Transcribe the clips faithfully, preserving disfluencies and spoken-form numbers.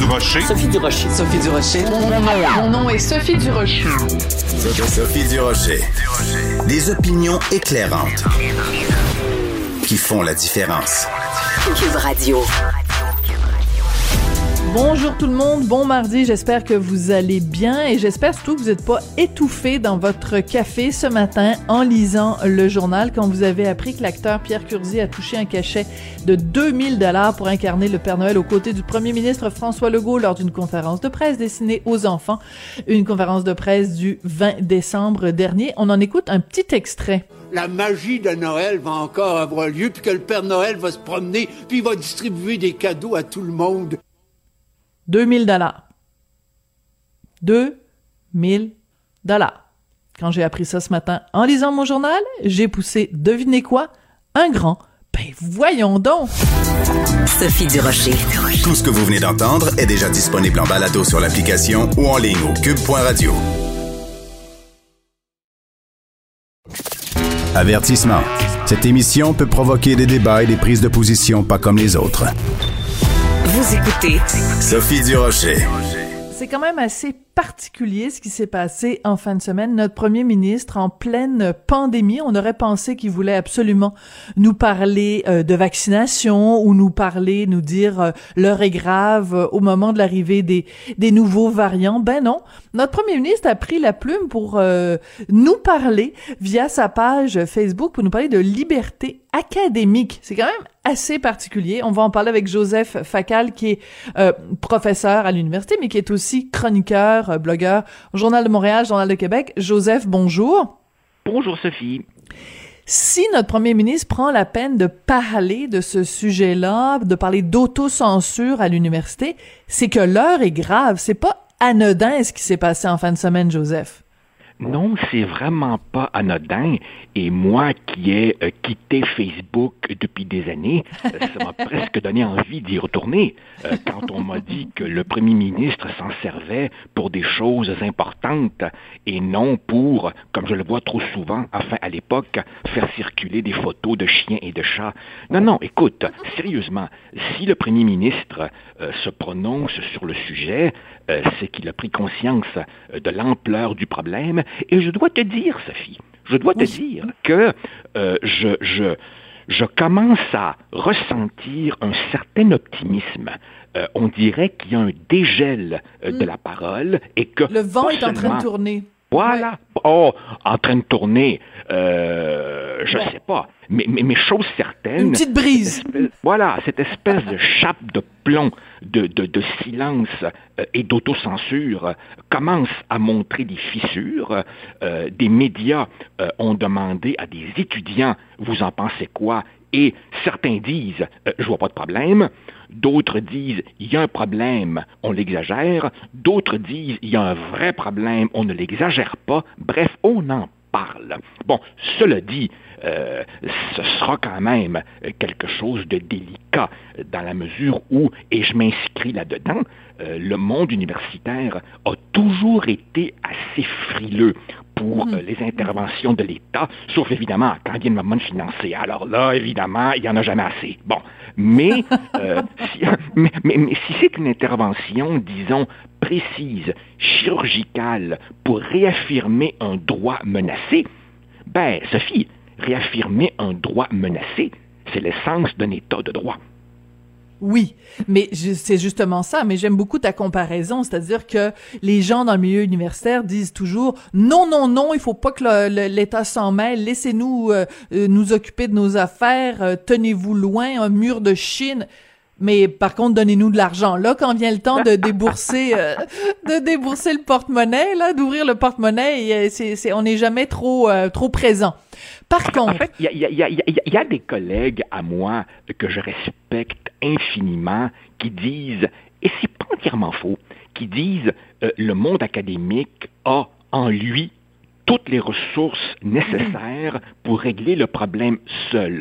Durocher. Sophie Durocher. Sophie Durocher. Mon nom, mon nom est Sophie Durocher. Sophie Durocher. Des opinions éclairantes qui font la différence. Cube Radio. Bonjour tout le monde, bon mardi, j'espère que vous allez bien et j'espère surtout que vous n'êtes pas étouffés dans votre café ce matin en lisant le journal quand vous avez appris que l'acteur Pierre Curzi a touché un cachet de deux mille dollars pour incarner le Père Noël aux côtés du premier ministre François Legault lors d'une conférence de presse destinée aux enfants, une conférence de presse du vingt décembre dernier. On en écoute un petit extrait. La magie de Noël va encore avoir lieu, puis que le Père Noël va se promener, puis il va distribuer des cadeaux à tout le monde. deux mille dollars. deux mille dollars. Quand j'ai appris ça ce matin en lisant mon journal, j'ai poussé, devinez quoi? Un grand, ben voyons donc! Sophie Durocher. Tout ce que vous venez d'entendre est déjà disponible en balado sur l'application ou en ligne au cube point radio. Avertissement. Cette émission peut provoquer des débats et des prises de position pas comme les autres. Vous écoutez Sophie Durocher. C'est quand même assez particulier ce qui s'est passé en fin de semaine. Notre premier ministre, en pleine pandémie, on aurait pensé qu'il voulait absolument nous parler euh, de vaccination ou nous parler, nous dire euh, l'heure est grave euh, au moment de l'arrivée des, des nouveaux variants. Ben non, notre premier ministre a pris la plume pour euh, nous parler via sa page Facebook, pour nous parler de liberté académique. C'est quand même assez particulier. On va en parler avec Joseph Facal, qui est euh, professeur à l'université, mais qui est aussi chroniqueur, euh, blogueur au Journal de Montréal, Journal de Québec. Joseph, bonjour. Bonjour, Sophie. Si notre premier ministre prend la peine de parler de ce sujet-là, de parler d'autocensure à l'université, c'est que l'heure est grave. C'est pas anodin ce qui s'est passé en fin de semaine, Joseph. Non, c'est vraiment pas anodin. Et moi qui ai euh, quitté Facebook depuis des années, euh, ça m'a presque donné envie d'y retourner. Euh, quand on m'a dit que le premier ministre s'en servait pour des choses importantes et non pour, comme je le vois trop souvent, enfin à l'époque, faire circuler des photos de chiens et de chats. Non, non, écoute, sérieusement, si le premier ministre euh, se prononce sur le sujet, euh, c'est qu'il a pris conscience euh, de l'ampleur du problème. Et je dois te dire, Sophie, je dois te oui. dire que euh, je, je, je commence à ressentir un certain optimisme. Euh, on dirait qu'il y a un dégel euh, mm. de la parole et que... Le vent est en train de tourner. Voilà. Ouais. Oh, en train de tourner, euh, je ne bon. sais pas. Mais, mais, mais chose certaine... Une petite brise. Cette espèce, voilà, cette espèce de chape de plomb, de, de, de silence euh, et d'autocensure euh, commence à montrer des fissures. Euh, des médias euh, ont demandé à des étudiants, vous en pensez quoi? Et certains disent, euh, je vois pas de problème. D'autres disent, il y a un problème, on l'exagère. D'autres disent, il y a un vrai problème, on ne l'exagère pas. Bref, on en parle. Bon, cela dit, euh, ce sera quand même quelque chose de délicat dans la mesure où, et je m'inscris là-dedans, euh, le monde universitaire a toujours été assez frileux pour euh, les interventions de l'État, sauf évidemment quand il y a une moment financier. Alors là, évidemment, il n'y en a jamais assez. Bon, mais, euh, si, mais, mais, mais si c'est une intervention, disons, précise, chirurgicale, pour réaffirmer un droit menacé, ben, Sophie, réaffirmer un droit menacé, c'est l'essence d'un État de droit. Oui, mais je, c'est justement ça, mais j'aime beaucoup ta comparaison, c'est-à-dire que les gens dans le milieu universitaire disent toujours « Non, non, non, il faut pas que le, le, l'État s'en mêle, laissez-nous euh, nous occuper de nos affaires, euh, tenez-vous loin, un mur de Chine ». Mais par contre, donnez-nous de l'argent. Là, quand vient le temps de débourser, euh, de débourser le porte-monnaie, là, d'ouvrir le porte-monnaie, c'est, c'est, on n'est jamais trop, euh, trop présent. Par contre, en fait, il y a, y, a, y, a, y a des collègues à moi que je respecte infiniment qui disent, et c'est pas entièrement faux, qui disent euh, le monde académique a en lui toutes les ressources nécessaires pour régler le problème seul.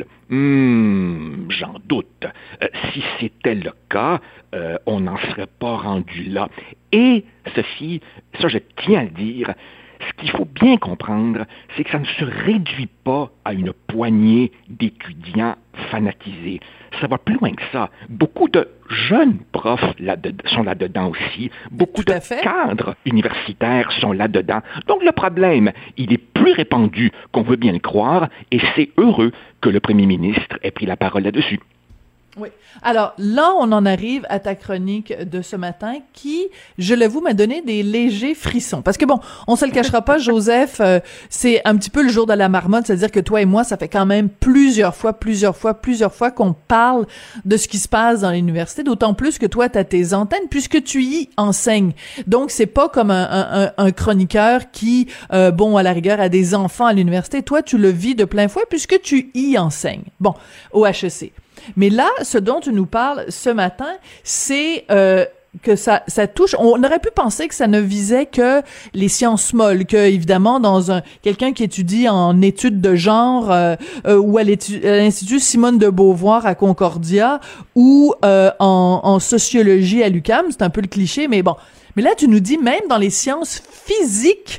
Hmm, j'en doute. Euh, si c'était le cas, euh, on n'en serait pas rendu là. Et, Sophie, ça je tiens à le dire, ce qu'il faut bien comprendre, c'est que ça ne se réduit pas à une poignée d'étudiants fanatisés. Ça va plus loin que ça. Beaucoup de jeunes profs là sont là-dedans aussi. Beaucoup de cadres universitaires sont là-dedans. Donc le problème, il est plus répandu qu'on veut bien le croire, et c'est heureux que le premier ministre ait pris la parole là-dessus. Oui. Alors là, on en arrive à ta chronique de ce matin qui, je l'avoue, m'a donné des légers frissons. Parce que bon, on se le cachera pas, Joseph, euh, c'est un petit peu le jour de la marmotte, c'est-à-dire que toi et moi, ça fait quand même plusieurs fois, plusieurs fois, plusieurs fois qu'on parle de ce qui se passe dans l'université, d'autant plus que toi, tu as tes antennes, puisque tu y enseignes. Donc, c'est pas comme un, un, un chroniqueur qui, euh, bon, à la rigueur, a des enfants à l'université. Toi, tu le vis de plein fouet puisque tu y enseignes. Bon, au H E C. Mais là, ce dont tu nous parles ce matin, c'est euh, que ça, ça touche. On aurait pu penser que ça ne visait que les sciences molles, que évidemment dans un quelqu'un qui étudie en études de genre euh, euh, ou à, à l'Institut Simone de Beauvoir à Concordia ou euh, en, en sociologie à l'U Q A M, c'est un peu le cliché, mais bon. Mais là, tu nous dis même dans les sciences physiques,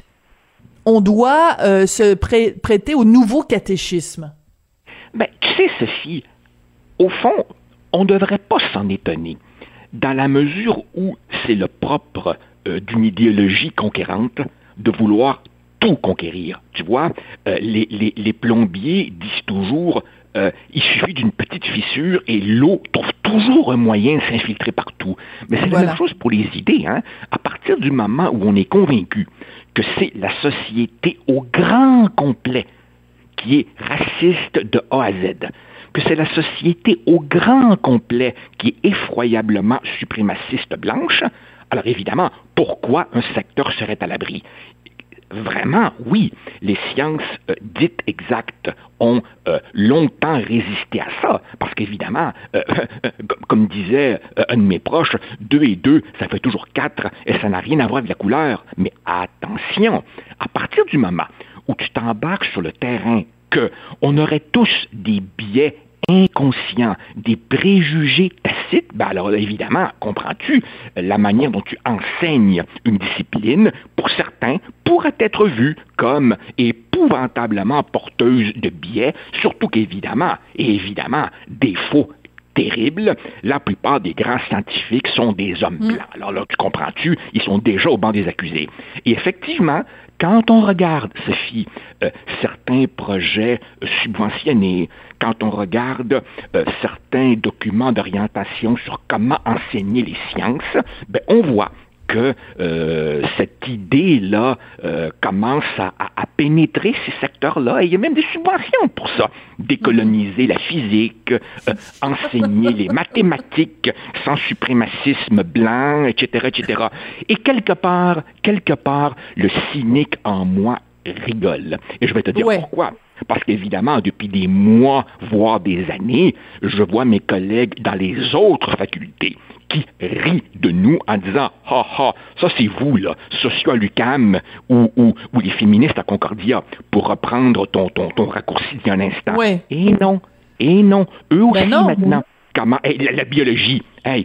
on doit euh, se prê- prêter au nouveau catéchisme. Ben, tu sais, Sophie. Au fond, on ne devrait pas s'en étonner, dans la mesure où c'est le propre euh, d'une idéologie conquérante de vouloir tout conquérir. Tu vois, euh, les, les, les plombiers disent toujours euh, il suffit d'une petite fissure et l'eau trouve toujours un moyen de s'infiltrer partout. Mais c'est voilà. La même chose pour les idées. Hein? À partir du moment où on est convaincu que c'est la société au grand complet qui est raciste de A à Z, que c'est la société au grand complet qui est effroyablement suprémaciste blanche, alors évidemment, pourquoi un secteur serait à l'abri? Vraiment, oui, les sciences euh, dites exactes ont euh, longtemps résisté à ça, parce qu'évidemment, euh, euh, comme disait euh, un de mes proches, deux et deux, ça fait toujours quatre, et ça n'a rien à voir avec la couleur. Mais attention, à partir du moment où tu t'embarques sur le terrain que on aurait tous des biais inconscients, des préjugés tacites, ben alors évidemment, comprends-tu, la manière dont tu enseignes une discipline, pour certains, pourrait être vue comme épouvantablement porteuse de biais, surtout qu'évidemment, et évidemment, défaut terrible, la plupart des grands scientifiques sont des hommes blancs. Mmh. Alors là, tu comprends-tu, ils sont déjà au banc des accusés. Et effectivement, quand on regarde, Sophie, euh, certains projets subventionnés, quand on regarde euh, certains documents d'orientation sur comment enseigner les sciences, ben, on voit que euh, cette idée-là euh, commence à, à, à pénétrer ces secteurs-là. Et il y a même des subventions pour ça. Décoloniser la physique, euh, enseigner les mathématiques sans suprémacisme blanc, et cetera, et cetera. Et quelque part, quelque part, le cynique en moi rigole. Et je vais te dire ouais. pourquoi. Parce qu'évidemment, depuis des mois, voire des années, je vois mes collègues dans les autres facultés qui rient de nous en disant « Ha ha, ça c'est vous, là, sociaux à l'U Q A M ou, ou, ou les féministes à Concordia, pour reprendre ton, ton, ton raccourci d'il y a un instant. Ouais. » Et non, et non, eux aussi ben non, maintenant. Comment, hey, la, la biologie, hey,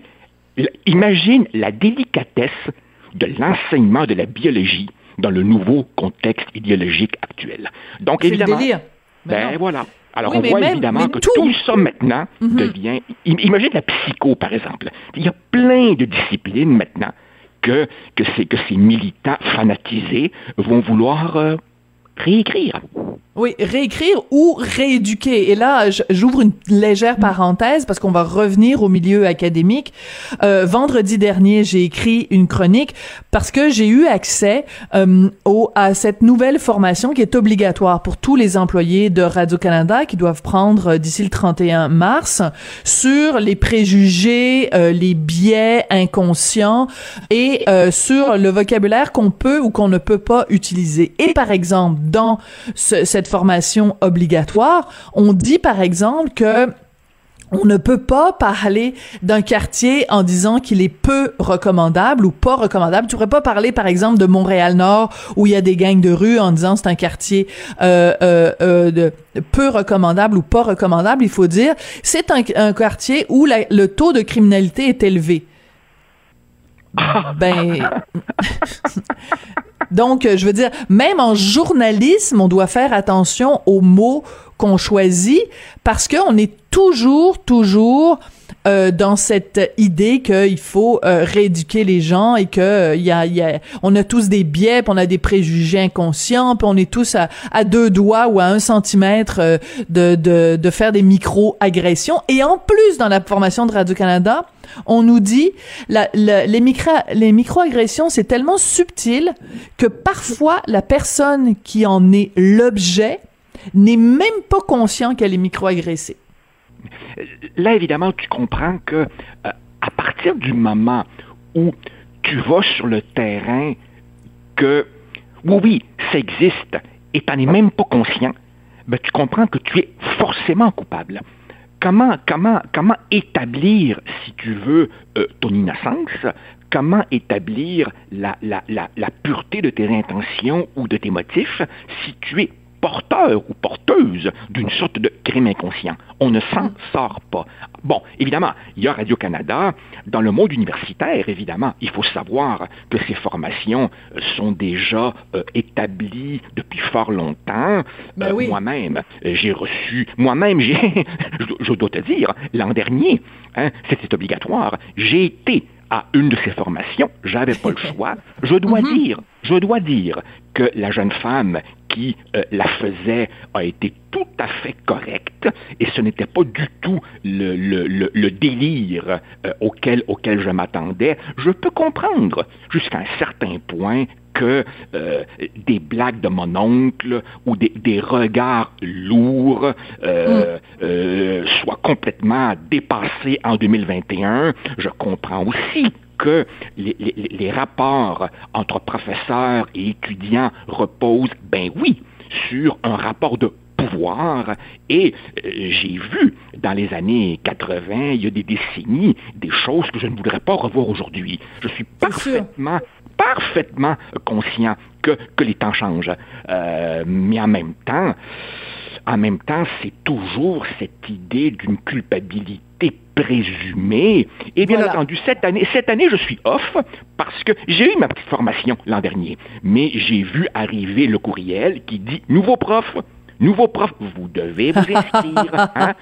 imagine la délicatesse de l'enseignement de la biologie dans le nouveau contexte idéologique actuel. Donc, c'est évidemment, le délire. Ben, ben voilà. Alors, oui, on voit même, évidemment que tout, tout ça maintenant mm-hmm. devient... Imagine la psycho, par exemple. Il y a plein de disciplines maintenant que, que, ces, que ces militants fanatisés vont vouloir euh, réécrire. Oui, réécrire ou rééduquer. Et là, j'ouvre une légère parenthèse parce qu'on va revenir au milieu académique. Euh, vendredi dernier, j'ai écrit une chronique parce que j'ai eu accès euh, au, à cette nouvelle formation qui est obligatoire pour tous les employés de Radio-Canada qui doivent prendre d'ici le trente et un mars sur les préjugés, euh, les biais inconscients et euh, sur le vocabulaire qu'on peut ou qu'on ne peut pas utiliser. Et par exemple, dans ce, cette formation obligatoire, on dit par exemple que on ne peut pas parler d'un quartier en disant qu'il est peu recommandable ou pas recommandable. Tu pourrais pas parler, par exemple, de Montréal-Nord où il y a des gangs de rue en disant c'est un quartier euh, euh, euh, de, peu recommandable ou pas recommandable. Il faut dire c'est un, un quartier où la, le taux de criminalité est élevé. Ben, Donc, je veux dire, même en journalisme, on doit faire attention aux mots qu'on choisit parce qu'on est toujours, toujours euh, dans cette idée qu'il faut euh, rééduquer les gens et que euh, y a, y a, on a tous des biais, puis on a des préjugés inconscients, puis on est tous à, à deux doigts ou à un centimètre euh, de, de, de faire des micro-agressions. Et en plus, dans la formation de Radio-Canada, on nous dit la, la, les, micro, les micro-agressions, c'est tellement subtil que parfois la personne qui en est l'objet n'est même pas conscient qu'elle est micro-agressée. Là, évidemment, tu comprends que euh, à partir du moment où tu vas sur le terrain, que oui, oui, ça existe, et tu n'en es même pas conscient, ben, tu comprends que tu es forcément coupable. Comment, comment, comment établir, si tu veux, euh, ton innocence? Comment établir la, la, la, la pureté de tes intentions ou de tes motifs si tu es porteur ou porteuse d'une sorte de crime inconscient? On ne s'en sort pas. Bon, évidemment, il y a Radio-Canada. Dans le monde universitaire, évidemment, il faut savoir que ces formations sont déjà euh, établies depuis fort longtemps. Ben euh, oui. Moi-même, j'ai reçu... Moi-même, j'ai... je, je dois te dire, l'an dernier, hein, c'était obligatoire, j'ai été à une de ces formations, j'avais pas le choix. Je dois mm-hmm. dire, je dois dire que la jeune femme qui euh, la faisait a été tout à fait correcte et ce n'était pas du tout le, le, le, le délire euh, auquel, auquel je m'attendais. Je peux comprendre jusqu'à un certain point que euh, des blagues de mon oncle ou des, des regards lourds euh, mm. euh, soient complètement dépassés en deux mille vingt et un. Je comprends aussi que les, les, les rapports entre professeurs et étudiants reposent, ben oui, sur un rapport de pouvoir. Et euh, j'ai vu dans les années quatre-vingts, il y a des décennies, des choses que je ne voudrais pas revoir aujourd'hui. Je suis parfaitement, parfaitement conscient que, que les temps changent. Euh, mais en même temps, en même temps, c'est toujours cette idée d'une culpabilité présumée. Et bien voilà. entendu, cette année, cette année, je suis off parce que j'ai eu ma petite formation l'an dernier. Mais j'ai vu arriver le courriel qui dit « Nouveau prof ». Nouveau prof, vous devez vous inscrire. Hein?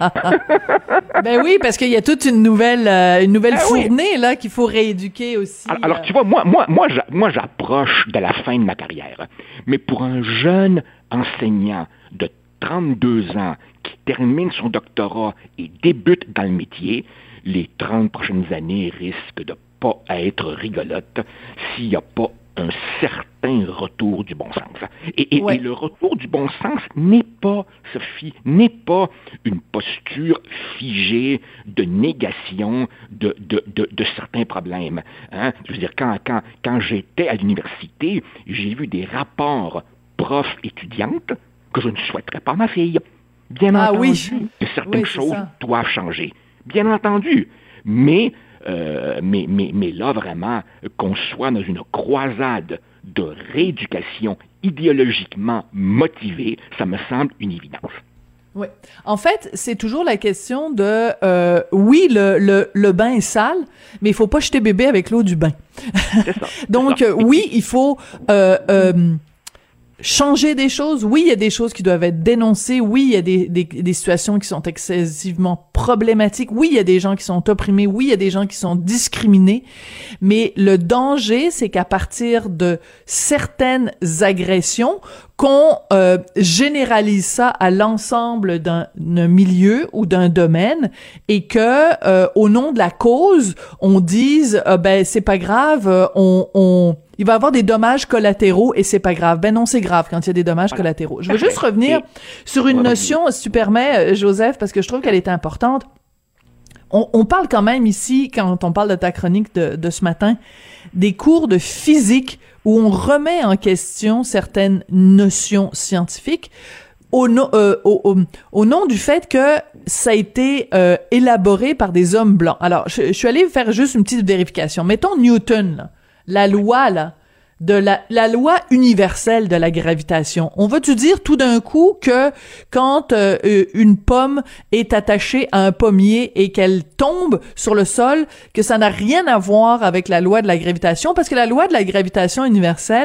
Ben oui, parce qu'il y a toute une nouvelle, euh, une nouvelle ben fournée oui. là qu'il faut rééduquer aussi. Alors, alors tu vois, moi, moi, moi, j'a, moi, j'approche de la fin de ma carrière. Mais pour un jeune enseignant de trente-deux ans qui termine son doctorat et débute dans le métier, les trente prochaines années risquent de pas être rigolotes s'il n'y a pas un certain retour du bon sens. Et, et, ouais. et le retour du bon sens n'est pas, Sophie, n'est pas une posture figée de négation de, de, de, de certains problèmes. Hein? Je veux dire, quand, quand, quand j'étais à l'université, j'ai vu des rapports profs-étudiantes que je ne souhaiterais pas à ma fille. Bien ah, entendu oui. que certaines oui, choses ça. doivent changer. Bien entendu. Mais Euh, mais, mais, mais là, vraiment, qu'on soit dans une croisade de rééducation idéologiquement motivée, ça me semble une évidence. Oui. En fait, c'est toujours la question de, euh, oui, le, le, le bain est sale, mais il faut pas jeter bébé avec l'eau du bain. C'est ça. Donc, c'est ça. Euh, oui, il faut... Euh, euh, changer des choses. Oui, il y a des choses qui doivent être dénoncées. Oui, il y a des, des, des situations qui sont excessivement problématiques. Oui, il y a des gens qui sont opprimés. Oui, il y a des gens qui sont discriminés. Mais le danger, c'est qu'à partir de certaines agressions, qu'on euh, généralise ça à l'ensemble d'un, d'un milieu ou d'un domaine et que euh, au nom de la cause, on dise euh, ben c'est pas grave, euh, on on il va y avoir des dommages collatéraux et c'est pas grave. Ben non, c'est grave quand il y a des dommages voilà. collatéraux. Je veux juste revenir sur une notion, si tu permets, Joseph, parce que je trouve qu'elle est importante. On, on parle quand même ici, quand on parle de ta chronique de, de ce matin, des cours de physique où on remet en question certaines notions scientifiques au, no, euh, au, au, au nom du fait que ça a été euh, élaboré par des hommes blancs. Alors, je, je suis allée faire juste une petite vérification. Mettons Newton, là. La loi, là, de la, la loi universelle de la gravitation. On va-tu dire tout d'un coup que quand euh, une pomme est attachée à un pommier et qu'elle tombe sur le sol, que ça n'a rien à voir avec la loi de la gravitation? Parce que la loi de la gravitation universelle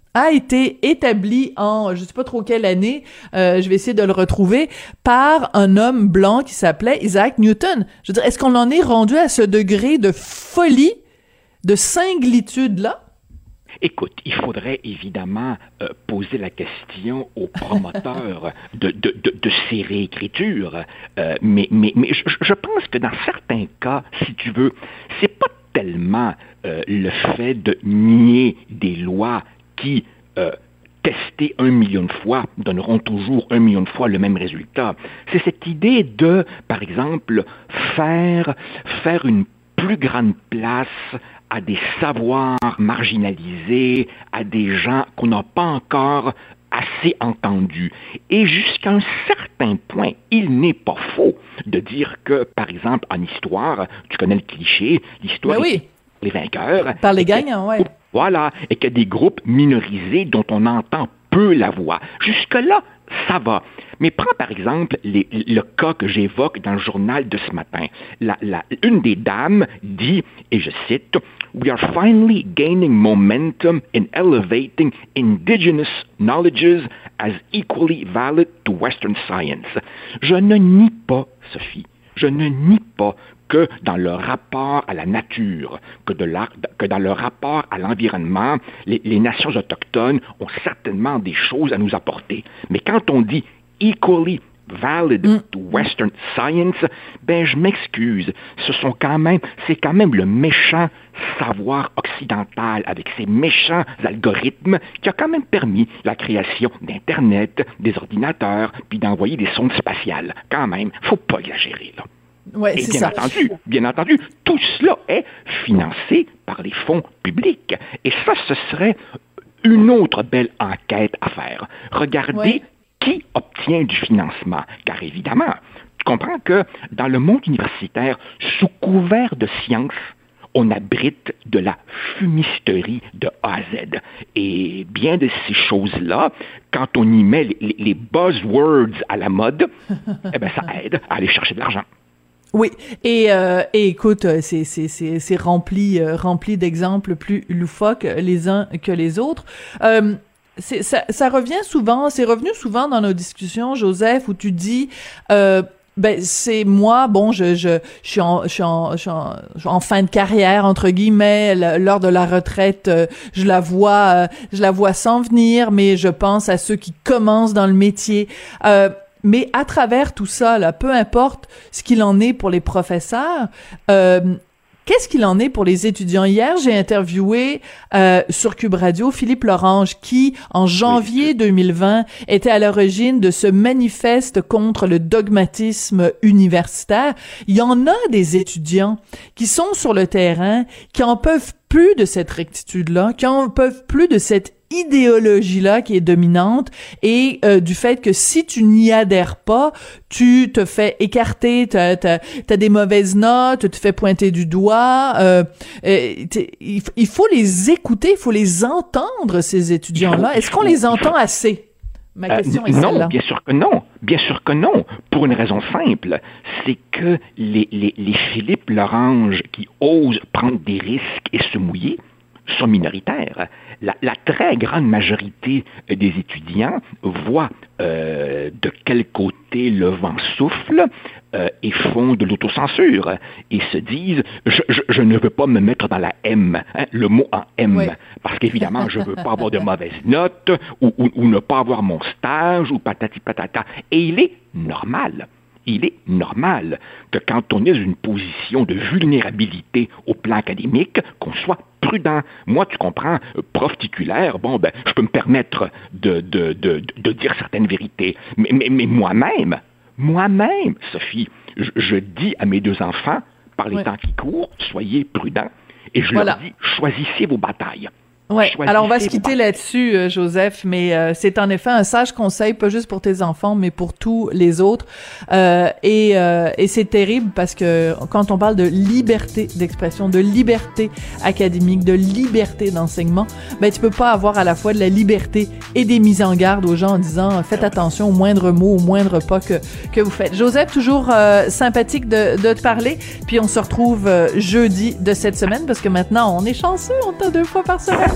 a été établi en, je sais pas trop quelle année, euh, je vais essayer de le retrouver, par un homme blanc qui s'appelait Isaac Newton. Je veux dire, est-ce qu'on en est rendu à ce degré de folie, de singlitude-là? Écoute, il faudrait évidemment euh, poser la question aux promoteurs de, de, de, de ces réécritures, euh, mais, mais, mais je, je pense que dans certains cas, si tu veux, c'est pas tellement euh, le fait de nier des lois qui, euh, testées un million de fois, donneront toujours un million de fois le même résultat. C'est cette idée de, par exemple, faire, faire une plus grande place à des savoirs marginalisés, à des gens qu'on n'a pas encore assez entendus. Et jusqu'à un certain point, il n'est pas faux de dire que, par exemple, en histoire, tu connais le cliché, l'histoire ben oui. est les vainqueurs. Par les gagnants, oui. Voilà, et qu'il y a des groupes minorisés dont on entend peu la voix. Jusque-là, ça va. Mais prends par exemple les, le cas que j'évoque dans le journal de ce matin. La, la, une des dames dit, et je cite, « We are finally gaining momentum in elevating indigenous knowledges as equally valid to Western science. » Je ne nie pas, Sophie, je ne nie pas que dans le rapport à la nature, que, de la, que dans le rapport à l'environnement, les, les nations autochtones ont certainement des choses à nous apporter. Mais quand on dit « equally valid mm. to Western science », ben je m'excuse, ce sont quand même, c'est quand même le méchant savoir occidental avec ses méchants algorithmes qui a quand même permis la création d'Internet, des ordinateurs, puis d'envoyer des sondes spatiales. Quand même, faut pas exagérer, là. Ouais, Et c'est bien ça. entendu, bien entendu, tout cela est financé par les fonds publics. Et ça, ce serait une autre belle enquête à faire. Regardez ouais. qui obtient du financement. Car évidemment, tu comprends que dans le monde universitaire, sous couvert de sciences, on abrite de la fumisterie de A à Z. Et bien de ces choses-là, quand on y met les, les buzzwords à la mode, eh bien, ça aide à aller chercher de l'argent. Oui, et, euh, et écoute, c'est c'est c'est c'est rempli euh, rempli d'exemples plus loufoques les uns que les autres. Euh, c'est ça ça revient souvent, c'est revenu souvent dans nos discussions, Joseph, où tu dis euh, ben c'est moi, bon, je je je suis en je suis en, je suis en, je suis en fin de carrière entre guillemets, l'heure de la retraite, euh, je la vois euh, je la vois s'en venir, mais je pense à ceux qui commencent dans le métier. Euh, Mais à travers tout ça, là, peu importe ce qu'il en est pour les professeurs, euh, qu'est-ce qu'il en est pour les étudiants? Hier, j'ai interviewé euh, sur Cube Radio Philippe Lorange qui, en janvier deux mille vingt, était à l'origine de ce manifeste contre le dogmatisme universitaire. Il y en a des étudiants qui sont sur le terrain, qui en peuvent plus de cette rectitude-là, qui en peuvent plus de cette idéologie-là qui est dominante et euh, du fait que si tu n'y adhères pas, tu te fais écarter, t'as, t'as, t'as des mauvaises notes, tu te fais pointer du doigt. Euh, euh, il, il faut les écouter, il faut les entendre, ces étudiants-là. Est-ce qu'on les entend assez? Ma question euh, est celle-là. Non, bien sûr que non. Bien sûr que non. Pour une raison simple, c'est que les, les, les Philippe Lorange qui osent prendre des risques et se mouiller sont minoritaires. La, la très grande majorité des étudiants voient euh, de quel côté le vent souffle euh, et font de l'autocensure et se disent je, je, je ne veux pas me mettre dans la M, hein, le mot en M, oui. Parce qu'évidemment je veux pas avoir de mauvaises notes ou, ou, ou ne pas avoir mon stage ou patati patata. Et il est normal. Il est normal que quand on est dans une position de vulnérabilité au plan académique, qu'on soit prudent. Moi, tu comprends, prof titulaire, bon, ben, je peux me permettre de, de, de, de dire certaines vérités. Mais, mais, mais moi-même, moi-même, Sophie, je, je dis à mes deux enfants, par les ouais. temps qui courent, soyez prudents. Et je voilà. leur dis, choisissez vos batailles. Ouais. Alors on va se quitter là-dessus, euh, Joseph, mais euh, c'est en effet un sage conseil, pas juste pour tes enfants, mais pour tous les autres. Euh, et euh, et c'est terrible parce que quand on parle de liberté d'expression, de liberté académique, de liberté d'enseignement, ben tu peux pas avoir à la fois de la liberté et des mises en garde aux gens en disant faites attention au moindre mot, au moindre pas que que vous faites. Joseph, toujours euh, sympathique de de te parler. Puis on se retrouve euh, jeudi de cette semaine parce que maintenant on est chanceux, on t'a deux fois par semaine.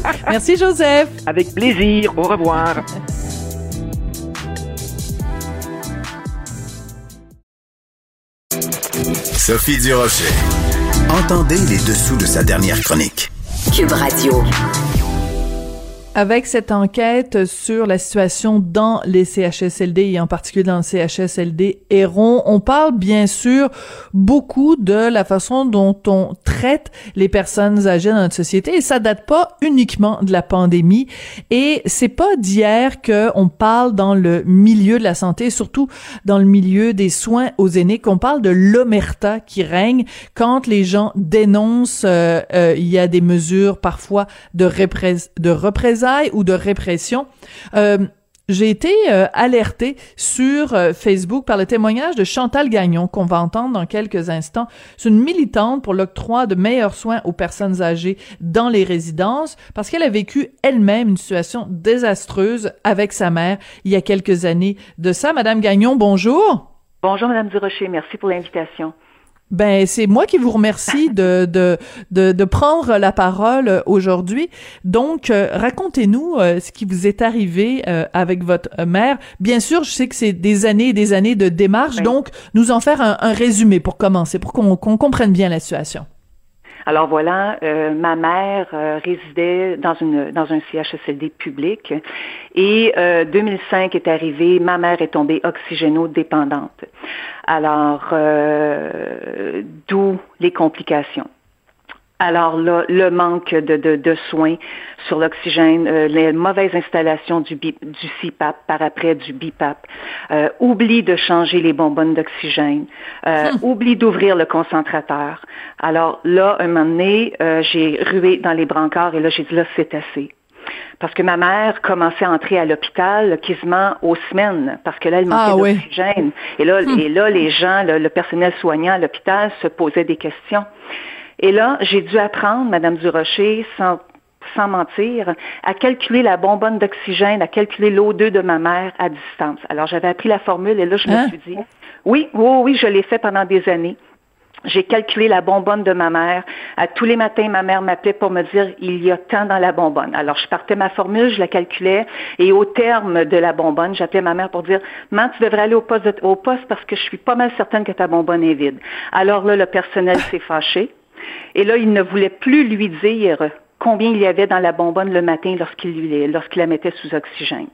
Merci, Joseph. Avec plaisir. Au revoir. Sophie Durocher. Entendez les dessous de sa dernière chronique. Cube Radio. Avec cette enquête sur la situation dans les C H S L D et en particulier dans le C H S L D Héron, on parle bien sûr beaucoup de la façon dont on traite les personnes âgées dans notre société et ça date pas uniquement de la pandémie et c'est pas d'hier que on parle dans le milieu de la santé, surtout dans le milieu des soins aux aînés, qu'on parle de l'omerta qui règne quand les gens dénoncent euh, euh, il y a des mesures parfois de représ- de représailles ou de répression. Euh, j'ai été euh, alertée sur euh, Facebook par le témoignage de Chantal Gagnon, qu'on va entendre dans quelques instants. C'est une militante pour l'octroi de meilleurs soins aux personnes âgées dans les résidences, parce qu'elle a vécu elle-même une situation désastreuse avec sa mère il y a quelques années de ça. Madame Gagnon, bonjour. Bonjour, Madame Durocher. Merci pour l'invitation. Ben, c'est moi qui vous remercie de, de, de, de prendre la parole aujourd'hui. Donc, euh, racontez-nous euh, ce qui vous est arrivé euh, avec votre mère. Bien sûr, je sais que c'est des années et des années de démarche, oui. Donc nous en faire un, un résumé pour commencer, pour qu'on, qu'on comprenne bien la situation. Alors voilà, euh, ma mère euh, résidait dans une dans un C H S L D public et euh, deux mille cinq est arrivé, ma mère est tombée oxygénodépendante. Alors, euh, d'où les complications. Alors là, le manque de, de, de soins sur l'oxygène, euh, les mauvaises installations du, B, du C PAP, par après du B PAP, euh, oubli de changer les bonbonnes d'oxygène, euh, hum. oubli d'ouvrir le concentrateur. Alors là, un moment donné, euh, j'ai rué dans les brancards et là, j'ai dit là, c'est assez. Parce que ma mère commençait à entrer à l'hôpital quasiment aux semaines, parce que là, elle manquait ah, d'oxygène. Oui. Et là, hum. et là, les gens, le, le personnel soignant à l'hôpital se posaient des questions. Et là, j'ai dû apprendre, Madame Durocher, sans, sans mentir, à calculer la bonbonne d'oxygène, à calculer l'O deux de ma mère à distance. Alors, j'avais appris la formule et là, je hein? me suis dit, oui, oui, oui, je l'ai fait pendant des années. J'ai calculé la bonbonne de ma mère. À tous les matins, ma mère m'appelait pour me dire, il y a tant dans la bonbonne. Alors, je partais ma formule, je la calculais, et au terme de la bonbonne, j'appelais ma mère pour dire, maman, tu devrais aller au poste, de, au poste parce que je suis pas mal certaine que ta bonbonne est vide. Alors là, le personnel s'est fâché. Et là, il ne voulait plus lui dire combien il y avait dans la bonbonne le matin lorsqu'il, lui, lorsqu'il la mettait sous oxygène.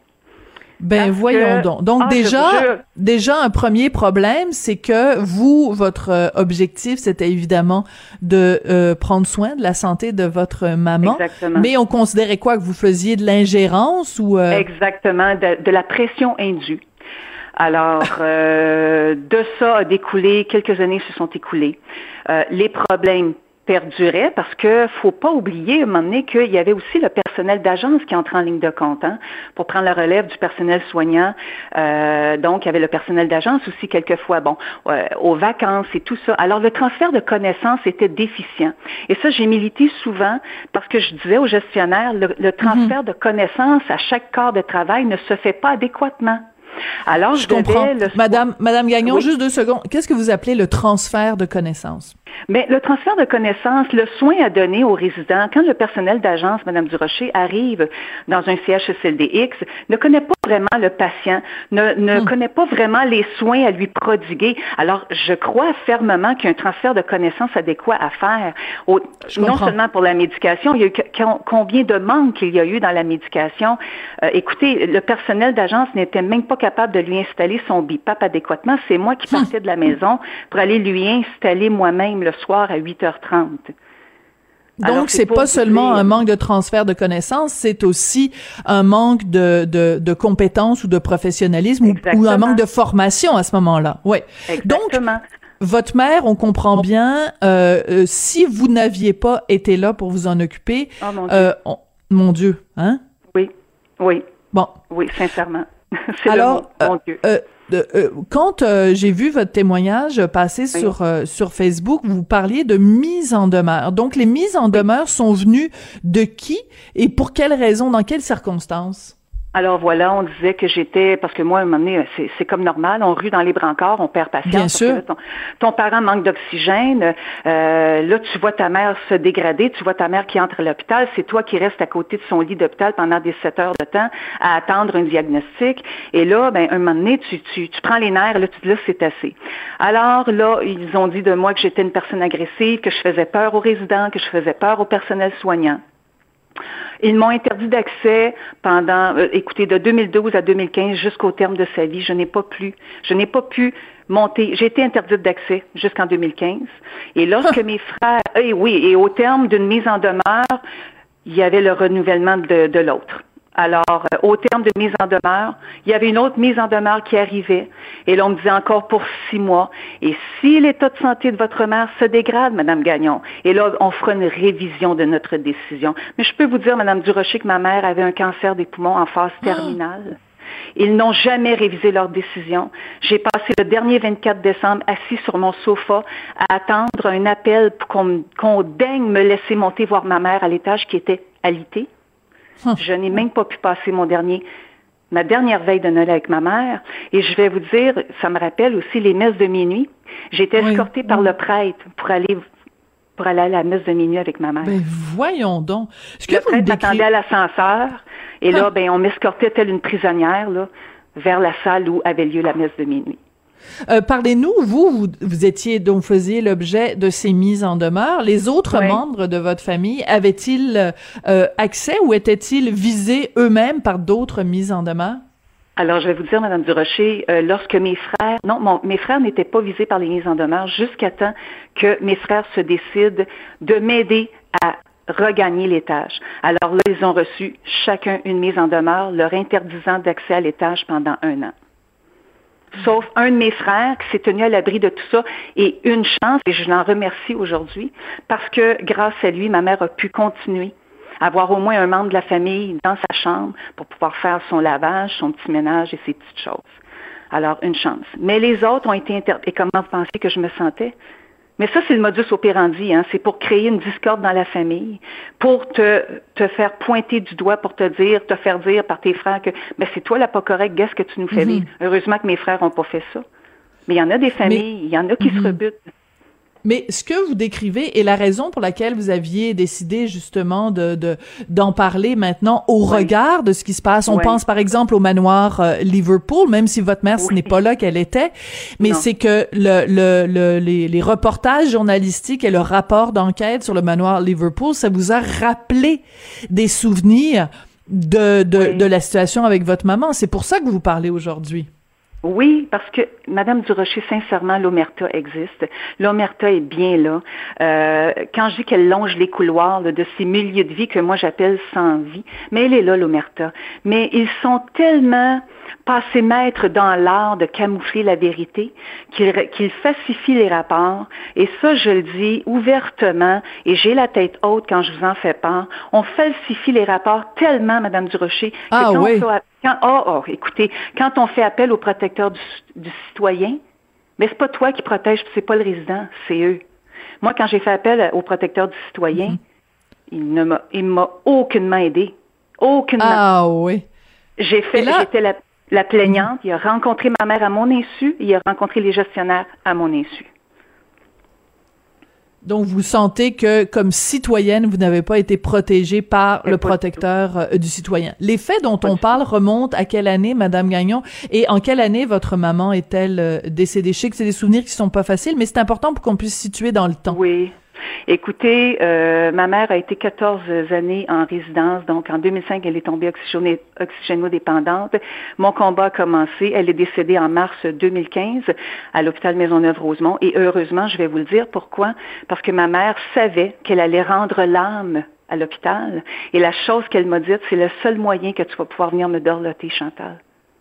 Ben Parce voyons que, donc. Donc ah, déjà, déjà un premier problème, c'est que vous, votre euh, objectif, c'était évidemment de euh, prendre soin de la santé de votre maman. Exactement. Mais on considérait quoi, que vous faisiez de l'ingérence ou euh... Exactement, de, de la pression indue. Alors, euh, de ça a découlé, quelques années se sont écoulées. Euh, les problèmes perduraient parce que faut pas oublier à un moment donné qu'il y avait aussi le personnel d'agence qui entrait en ligne de compte hein, pour prendre la relève du personnel soignant. Euh, donc, il y avait le personnel d'agence aussi quelquefois, bon, euh, aux vacances et tout ça. Alors, le transfert de connaissances était déficient. Et ça, j'ai milité souvent parce que je disais aux gestionnaires, le, le transfert mm-hmm. de connaissances à chaque corps de travail ne se fait pas adéquatement. Alors, je, je comprends. Le... Madame, Madame Gagnon, oui. juste deux secondes. Qu'est-ce que vous appelez le transfert de connaissances? Mais le transfert de connaissances, le soin à donner aux résidents, quand le personnel d'agence, Madame Durocher, arrive dans un C H S L D X, ne connaît pas vraiment le patient, ne, ne hum. connaît pas vraiment les soins à lui prodiguer. Alors, je crois fermement qu'il y a un transfert de connaissances adéquat à faire. Au, non seulement pour la médication, il y a eu combien de manques il y a eu dans la médication. Euh, écoutez, le personnel d'agence n'était même pas capable de lui installer son B PAP adéquatement. C'est moi qui partais hum. de la maison pour aller lui installer moi-même le soir à huit heures trente. Donc, Alors, c'est, c'est pas seulement un manque de transfert de connaissances, c'est aussi un manque de, de, de compétences ou de professionnalisme ou, ou un manque de formation à ce moment-là. Oui. Exactement. Donc, votre mère, on comprend bien, euh, euh, si vous n'aviez pas été là pour vous en occuper, oh, mon Dieu, euh, on, mon Dieu, hein? Oui, oui. Bon. Oui, sincèrement. C'est Alors, le mot, mon Dieu. Euh, euh, euh, quand euh, j'ai vu votre témoignage passer oui. sur euh, sur Facebook, vous parliez de mise en demeure. Donc, les mises en demeure sont venues de qui et pour quelles raisons, dans quelles circonstances? Alors voilà, on disait que j'étais, parce que moi, à un moment donné, c'est, c'est comme normal, on rue dans les brancards, on perd patience. Bien sûr. Là, ton, ton parent manque d'oxygène, euh, là, tu vois ta mère se dégrader, tu vois ta mère qui entre à l'hôpital, c'est toi qui restes à côté de son lit d'hôpital pendant des sept heures de temps à attendre un diagnostic. Et là, ben, un moment donné, tu, tu, tu prends les nerfs, là, tu dis là, c'est assez. Alors là, ils ont dit de moi que j'étais une personne agressive, que je faisais peur aux résidents, que je faisais peur au personnel soignant. Ils m'ont interdit d'accès pendant, euh, écoutez, de deux mille douze à deux mille quinze jusqu'au terme de sa vie. Je n'ai pas pu, je n'ai pas pu monter. J'ai été interdite d'accès jusqu'en deux mille quinze. Et lorsque mes frères, et oui, et au terme d'une mise en demeure, il y avait le renouvellement de, de l'autre. Alors, euh, au terme de mise en demeure, il y avait une autre mise en demeure qui arrivait. Et là, on me disait encore pour six mois. Et si l'état de santé de votre mère se dégrade, Madame Gagnon, et là, on fera une révision de notre décision. Mais je peux vous dire, Madame Durocher, que ma mère avait un cancer des poumons en phase terminale. Ils n'ont jamais révisé leur décision. J'ai passé le dernier vingt-quatre décembre assis sur mon sofa à attendre un appel pour qu'on, qu'on daigne me laisser monter voir ma mère à l'étage qui était alitée. Je n'ai même pas pu passer mon dernier, ma dernière veille de Noël avec ma mère. Et je vais vous dire, ça me rappelle aussi les messes de minuit. J'ai été escortée oui. par le prêtre pour aller, pour aller à la messe de minuit avec ma mère. Ben voyons donc. Ce que le prêtre m'attendait à l'ascenseur. Et là, ben, on m'escortait telle une prisonnière, là, vers la salle où avait lieu la messe de minuit. Euh, parlez-nous, vous, vous, vous étiez donc faisiez l'objet de ces mises en demeure. Les autres oui. membres de votre famille avaient-ils euh, accès ou étaient-ils visés eux-mêmes par d'autres mises en demeure? Alors, je vais vous dire, Madame Durocher, euh, lorsque mes frères, non, mon, mes frères n'étaient pas visés par les mises en demeure jusqu'à temps que mes frères se décident de m'aider à regagner l'étage. Alors là, ils ont reçu chacun une mise en demeure, leur interdisant d'accès à l'étage pendant un an. Sauf un de mes frères qui s'est tenu à l'abri de tout ça, et une chance, et je l'en remercie aujourd'hui, parce que grâce à lui, ma mère a pu continuer à avoir au moins un membre de la famille dans sa chambre pour pouvoir faire son lavage, son petit ménage et ses petites choses. Alors, une chance. Mais les autres ont été interdits. Et comment vous pensez que je me sentais? Mais ça, c'est le modus operandi, hein. C'est pour créer une discorde dans la famille, pour te, te faire pointer du doigt, pour te dire, te faire dire par tes frères que, ben, c'est toi la pas correcte, qu'est-ce que tu nous fais vivre? Mm-hmm. Heureusement que mes frères n'ont pas fait ça. Mais il y en a des familles, Mais, il y en a qui mm-hmm. se rebutent. Mais ce que vous décrivez est la raison pour laquelle vous aviez décidé justement de, de d'en parler maintenant au oui. regard de ce qui se passe. On oui. pense par exemple au manoir euh, Liverpool, même si votre mère oui. ce n'est pas là qu'elle était, mais non. c'est que le, le, le les, les reportages journalistiques et le rapport d'enquête sur le manoir Liverpool, ça vous a rappelé des souvenirs de de, oui. de la situation avec votre maman. C'est pour ça que vous parlez aujourd'hui. Oui, parce que, Madame Durocher, sincèrement, l'omerta existe. L'omerta est bien là. Euh, quand je dis qu'elle longe les couloirs là, de ces milieux de vie que moi j'appelle sans vie, mais elle est là, l'omerta. Mais ils sont tellement passés maîtres dans l'art de camoufler la vérité qu'ils, qu'ils falsifient les rapports. Et ça, je le dis ouvertement, et j'ai la tête haute quand je vous en fais part. On falsifie les rapports tellement, Madame Durocher, que ah, quand oui. on fait, quand, oh, oh, écoutez, quand on fait appel au protecteur du, du citoyen, mais c'est pas toi qui protège, c'est pas le résident, c'est eux. Moi, quand j'ai fait appel au protecteur du citoyen, mm-hmm. il ne m'a, il m'a aucunement aidé. Aucunement. Ah oui. J'ai fait, là, j'étais la, la plaignante. Il a rencontré ma mère à mon insu. Il a rencontré les gestionnaires à mon insu. Donc, vous sentez que, comme citoyenne, vous n'avez pas été protégée par le protecteur euh, du citoyen. Les faits dont on parle remontent à quelle année, Madame Gagnon? Et en quelle année votre maman est-elle euh, décédée? Je sais que c'est des souvenirs qui sont pas faciles, mais c'est important pour qu'on puisse situer dans le temps. Oui. Écoutez, euh, ma mère a été quatorze années en résidence, donc en deux mille cinq, elle est tombée oxygéné, oxygénodépendante. Mon combat a commencé, elle est décédée en mars deux mille quinze à l'hôpital Maisonneuve-Rosemont, et heureusement, je vais vous le dire, pourquoi? Parce que ma mère savait qu'elle allait rendre l'âme à l'hôpital, et la chose qu'elle m'a dite, c'est le seul moyen que tu vas pouvoir venir me dorloter, Chantal.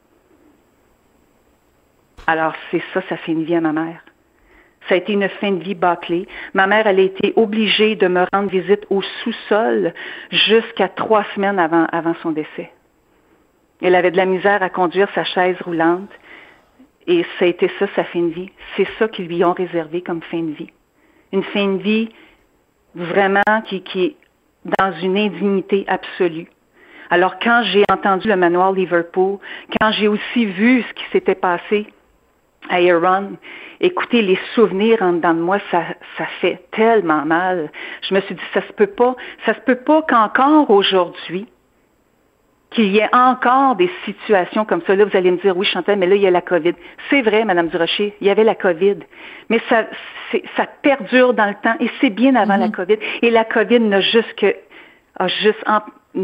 Alors, c'est ça, ça fait une vie à ma mère. Ça a été une fin de vie bâclée. Ma mère, elle a été obligée de me rendre visite au sous-sol jusqu'à trois semaines avant, avant son décès. Elle avait de la misère à conduire sa chaise roulante. Et ça a été ça, sa fin de vie. C'est ça qu'ils lui ont réservé comme fin de vie. Une fin de vie vraiment qui, qui est dans une indignité absolue. Alors, quand j'ai entendu le manoir Liverpool, quand j'ai aussi vu ce qui s'était passé à Iran, écoutez, les souvenirs en dedans de moi, ça, ça fait tellement mal. Je me suis dit, ça se peut pas, ça se peut pas qu'encore aujourd'hui, qu'il y ait encore des situations comme ça. Là, vous allez me dire, oui, Chantal, mais là, il y a la COVID. C'est vrai, Madame Durocher, il y avait la COVID. Mais ça, c'est, ça perdure dans le temps, et c'est bien avant mm-hmm. la COVID. Et la COVID n'a juste que, a juste, en,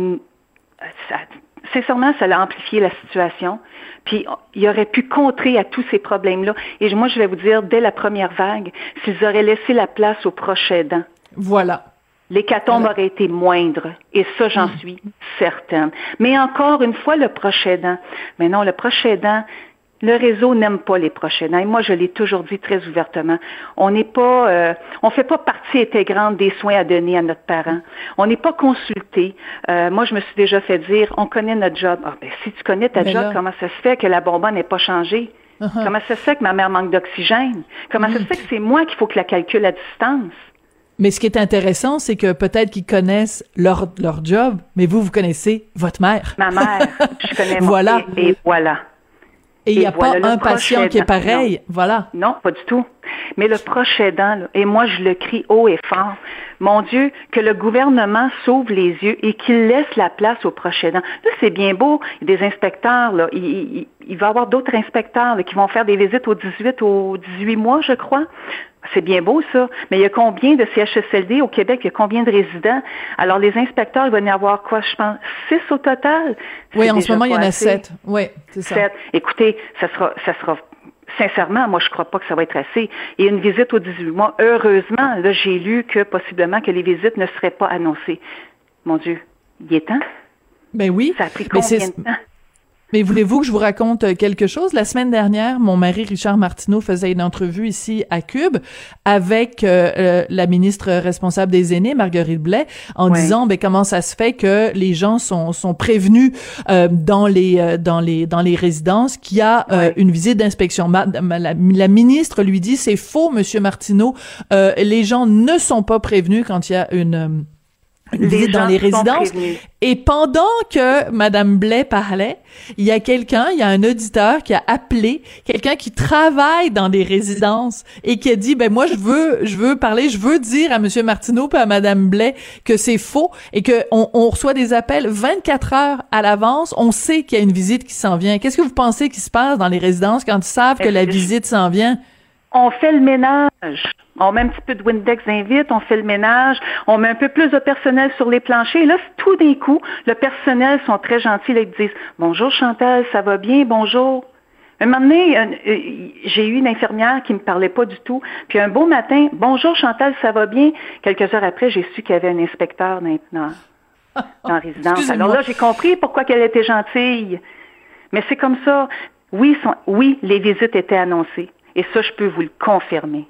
ça, sincèrement, ça a amplifié la situation. Puis, il aurait pu contrer à tous ces problèmes-là. Et moi, je vais vous dire, dès la première vague, s'ils auraient laissé la place aux proches aidants. Voilà. L'hécatombe voilà. aurait été moindre. Et ça, j'en mmh. suis certaine. Mais encore une fois, le proche aidant. Mais non, le proche aidant, le réseau n'aime pas les proches aidants. Et moi, je l'ai toujours dit très ouvertement. On n'est pas, euh, on fait pas partie intégrante des soins à donner à notre parent. On n'est pas consulté. Euh, moi, je me suis déjà fait dire, on connaît notre job. Ah, ben, si tu connais ta mais job, là... comment ça se fait que la bonbonne n'ait pas changé? Uh-huh. Comment ça se fait que ma mère manque d'oxygène? Comment mmh. ça se fait que c'est moi qu'il faut que la calcule à distance? Mais ce qui est intéressant, c'est que peut-être qu'ils connaissent leur leur job, mais vous, vous connaissez votre mère. Ma mère, je connais mon voilà. Et, et voilà. Et il n'y a voilà, pas un patient aidant. Qui est pareil, non. voilà. Non, pas du tout. Mais le proche aidant, là, et moi je le crie haut et fort, mon Dieu, que le gouvernement s'ouvre les yeux et qu'il laisse la place aux proches aidants. Là, c'est bien beau, il y a des inspecteurs, là, il, il, il va y avoir d'autres inspecteurs là, qui vont faire des visites aux dix-huit, aux dix-huit mois, je crois. C'est bien beau, ça. Mais il y a combien de C H S L D au Québec? Il y a combien de résidents? Alors, les inspecteurs, il va y en avoir quoi, je pense? Six au total? Oui, en ce moment, il y en a sept. Oui, c'est ça. Sept. Écoutez, ça sera, ça sera, sincèrement, moi, je crois pas que ça va être assez. Et une visite aux dix-huit mois, heureusement, là, j'ai lu que, possiblement, que les visites ne seraient pas annoncées. Mon Dieu, il est temps? Ben oui. Ça a pris combien de temps? Mais voulez-vous que je vous raconte quelque chose? La semaine dernière, mon mari Richard Martineau faisait une entrevue ici à Cube avec euh, la ministre responsable des aînés, Marguerite Blais, en ouais. disant ben comment ça se fait que les gens sont sont prévenus euh, dans les euh, dans les dans les résidences qu'il y a euh, ouais. une visite d'inspection. Ma, ma, la, la ministre lui dit c'est faux, Monsieur Martineau, euh, les gens ne sont pas prévenus quand il y a une euh, une visite dans les résidences. Et pendant que Madame Blais parlait, il y a quelqu'un, il y a un auditeur qui a appelé quelqu'un qui travaille dans des résidences et qui a dit, ben moi je veux, je veux parler, je veux dire à Monsieur Martineau et à Madame Blais que c'est faux et que on, on reçoit des appels vingt-quatre heures à l'avance. On sait qu'il y a une visite qui s'en vient. Qu'est-ce que vous pensez qui se passe dans les résidences quand ils savent que la visite s'en vient? On fait le ménage. On met un petit peu de Windex invite, on fait le ménage, on met un peu plus de personnel sur les planchers. Et là, tout d'un coup, le personnel sont très gentils. Là, ils disent « Bonjour Chantal, ça va bien? Bonjour. » Un moment donné, euh, j'ai eu une infirmière qui me parlait pas du tout. Puis un beau matin, « Bonjour Chantal, ça va bien? » Quelques heures après, j'ai su qu'il y avait un inspecteur dans, dans, dans la résidence. Alors là, j'ai compris pourquoi qu'elle était gentille. Mais c'est comme ça. Oui, sont, oui, les visites étaient annoncées. Et ça, je peux vous le confirmer.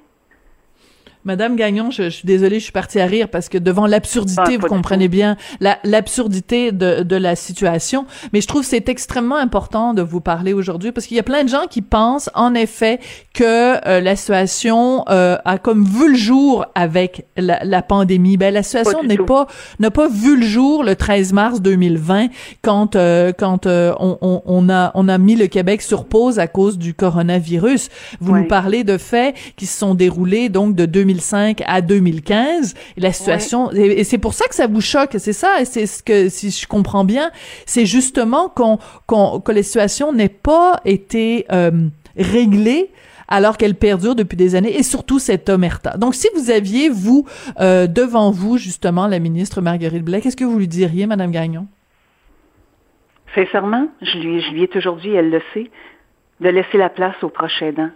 Madame Gagnon, je, je suis désolée, je suis partie à rire parce que devant l'absurdité, ah, vous comprenez bien la, l'absurdité de, de la situation. Mais je trouve que c'est extrêmement important de vous parler aujourd'hui parce qu'il y a plein de gens qui pensent, en effet, que euh, la situation euh, a comme vu le jour avec la, la pandémie. Ben la situation pas n'est tout. pas n'a pas vu le jour le treize mars deux mille vingt quand euh, quand euh, on, on, on a on a mis le Québec sur pause à cause du coronavirus. Vous oui. nous parlez de faits qui se sont déroulés donc de deux mille cinq à deux mille quinze, et la situation, ouais. et, et c'est pour ça que ça vous choque, c'est ça, et c'est ce que, si je comprends bien, c'est justement qu'on, qu'on, que la situation n'ait pas été euh, réglée alors qu'elle perdure depuis des années, et surtout cette omerta. Donc, si vous aviez, vous, euh, devant vous, justement, la ministre Marguerite Blais, qu'est-ce que vous lui diriez, Madame Gagnon? Sincèrement, je lui, je lui ai toujours dit, elle le sait, de laisser la place aux proches aidants.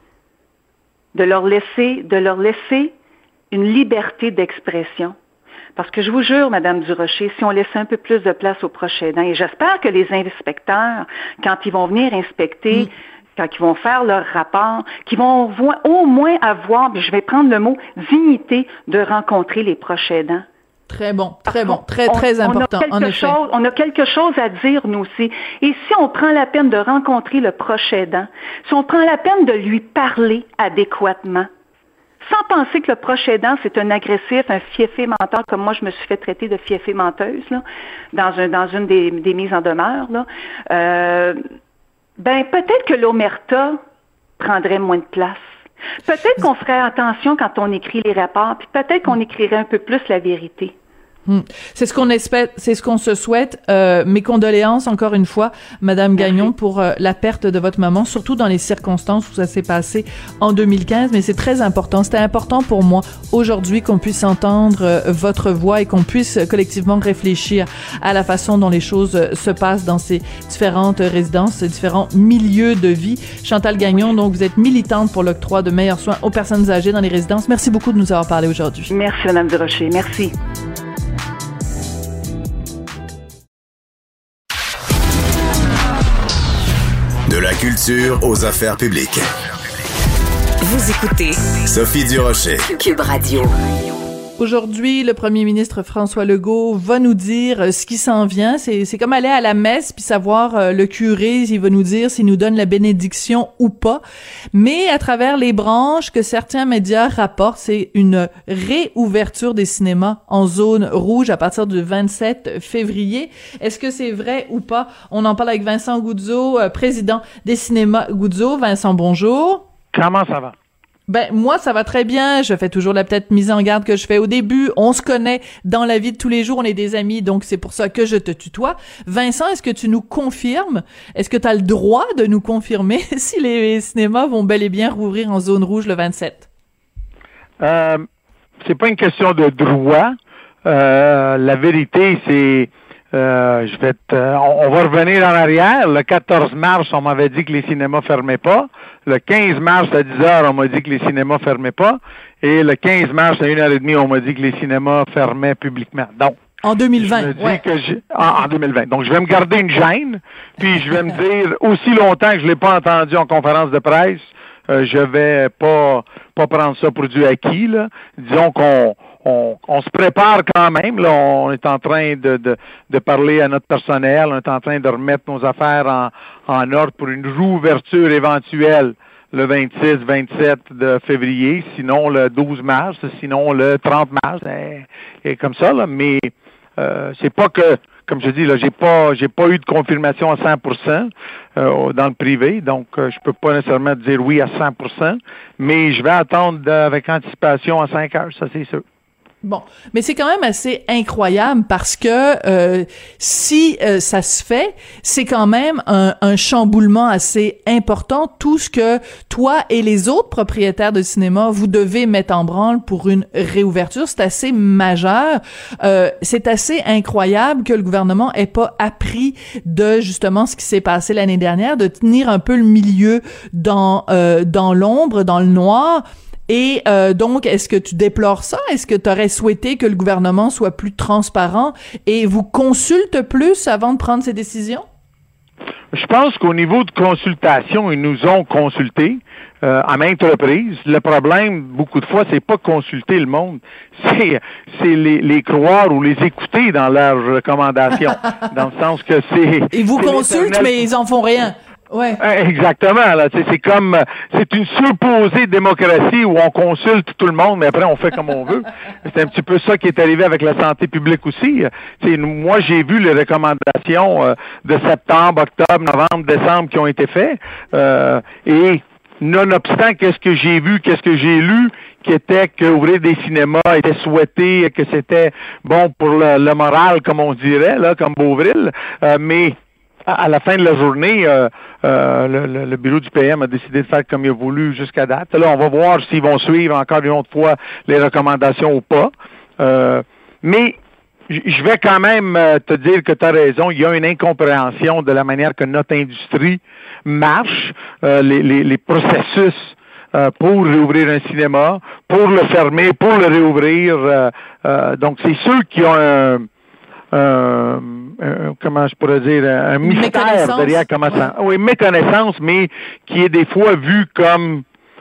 de leur laisser, de leur laisser une liberté d'expression. Parce que je vous jure, Madame Durocher, si on laissait un peu plus de place aux proches aidants, et j'espère que les inspecteurs, quand ils vont venir inspecter, mmh. quand ils vont faire leur rapport, qu'ils vont au moins avoir, je vais prendre le mot, dignité de rencontrer les proches aidants. Très bon, très bon, très, très important, en effet. Chose, on a quelque chose à dire, nous aussi. Et si on prend la peine de rencontrer le proche aidant, si on prend la peine de lui parler adéquatement, sans penser que le proche aidant, c'est un agressif, un fiefé menteur, comme moi, je me suis fait traiter de fiefé menteuse, là, dans, un, dans une des, des mises en demeure, là, euh, ben, peut-être que l'omerta prendrait moins de place. Peut-être qu'on ferait attention quand on écrit les rapports, puis peut-être qu'on écrirait un peu plus la vérité. Hmm. C'est ce qu'on espère, c'est ce qu'on se souhaite. Euh, mes condoléances encore une fois, Madame Gagnon, pour euh, la perte de votre maman, surtout dans les circonstances où ça s'est passé en deux mille quinze. Mais c'est très important. C'était important pour moi aujourd'hui qu'on puisse entendre euh, votre voix et qu'on puisse euh, collectivement réfléchir à la façon dont les choses euh, se passent dans ces différentes euh, résidences, ces différents milieux de vie. Chantal Gagnon, donc vous êtes militante pour l'octroi de meilleurs soins aux personnes âgées dans les résidences. Merci beaucoup de nous avoir parlé aujourd'hui. Merci, Madame Durocher. Merci. De la culture aux affaires publiques. Vous écoutez Sophie Durocher. Cube Radio. Aujourd'hui, le premier ministre François Legault va nous dire ce qui s'en vient. C'est, c'est comme aller à la messe puis savoir euh, le curé, il va nous dire s'il nous donne la bénédiction ou pas. Mais à travers les branches que certains médias rapportent, c'est une réouverture des cinémas en zone rouge à partir du vingt-sept février. Est-ce que c'est vrai ou pas? On en parle avec Vincent Goudzo, euh, président des cinémas Goudzo. Vincent, bonjour. Comment ça va? Ben, moi, ça va très bien. Je fais toujours la petite mise en garde que je fais au début. On se connaît dans la vie de tous les jours. On est des amis, donc c'est pour ça que je te tutoie. Vincent, est-ce que tu nous confirmes? Est-ce que tu as le droit de nous confirmer si les cinémas vont bel et bien rouvrir en zone rouge le vingt-sept? Euh, c'est pas une question de droit. Euh, la vérité, c'est... Euh, je vais te, on, on va revenir en arrière. Le quatorze mars, on m'avait dit que les cinémas fermaient pas. Le quinze mars à dix heures, on m'a dit que les cinémas fermaient pas. Et le quinze mars à une heure trente, on m'a dit que les cinémas fermaient publiquement. Donc, en deux mille vingt, je me dis ouais. que j'ai, en, en deux mille vingt. Donc, je vais me garder une gêne, puis je vais me dire, aussi longtemps que je l'ai pas entendu en conférence de presse, euh, je vais pas pas prendre ça pour du acquis, là. Disons qu'on On, on se prépare quand même. Là, on est en train de, de, de parler à notre personnel. On est en train de remettre nos affaires en, en ordre pour une rouverture éventuelle le vingt-six vingt-sept de février, sinon le douze mars, sinon le trente mars. Et, et comme ça, là. Mais euh, c'est pas que, comme je dis, là, j'ai pas j'ai pas eu de confirmation à cent pour cent euh, dans le privé, donc euh, je peux pas nécessairement dire oui à cent pour cent, mais je vais attendre avec anticipation à cinq heures, ça c'est sûr. Bon, mais c'est quand même assez incroyable parce que euh, si euh, ça se fait, c'est quand même un, un chamboulement assez important. Tout ce que toi et les autres propriétaires de cinéma, vous devez mettre en branle pour une réouverture, c'est assez majeur. Euh, c'est assez incroyable que le gouvernement ait pas appris de justement ce qui s'est passé l'année dernière, de tenir un peu le milieu dans euh, dans l'ombre, dans le noir. Et euh, donc, est-ce que tu déplores ça? Est-ce que tu aurais souhaité que le gouvernement soit plus transparent et vous consulte plus avant de prendre ses décisions? Je pense qu'au niveau de consultation, ils nous ont consultés euh, à maintes reprises. Le problème, beaucoup de fois, c'est pas consulter le monde, c'est c'est les, les croire ou les écouter dans leurs recommandations. Dans le sens que c'est... Ils vous consultent, mais ils en font rien. Ouais. Exactement. Là, c'est comme c'est une supposée démocratie où on consulte tout le monde, mais après on fait comme on veut. C'est un petit peu ça qui est arrivé avec la santé publique aussi. T'sais, moi, j'ai vu les recommandations euh, de septembre, octobre, novembre, décembre qui ont été faites, euh, et nonobstant qu'est-ce que j'ai vu, qu'est-ce que j'ai lu, qui était qu'ouvrir des cinémas était souhaité, que c'était bon pour le, le moral, comme on dirait, là, comme Beauvril, euh, mais à la fin de la journée, euh, euh, le, le bureau du P M a décidé de faire comme il a voulu jusqu'à date. Là, on va voir s'ils vont suivre encore une autre fois les recommandations ou pas. Euh, mais je vais quand même te dire que tu as raison. Il y a une incompréhension de la manière que notre industrie marche, euh, les, les, les processus euh, pour réouvrir un cinéma, pour le fermer, pour le réouvrir. Euh, euh, donc, c'est ceux qui ont un... Euh, euh, comment je pourrais dire, un mystère derrière comment ça... Oui, méconnaissance, mais qui est des fois vu comme...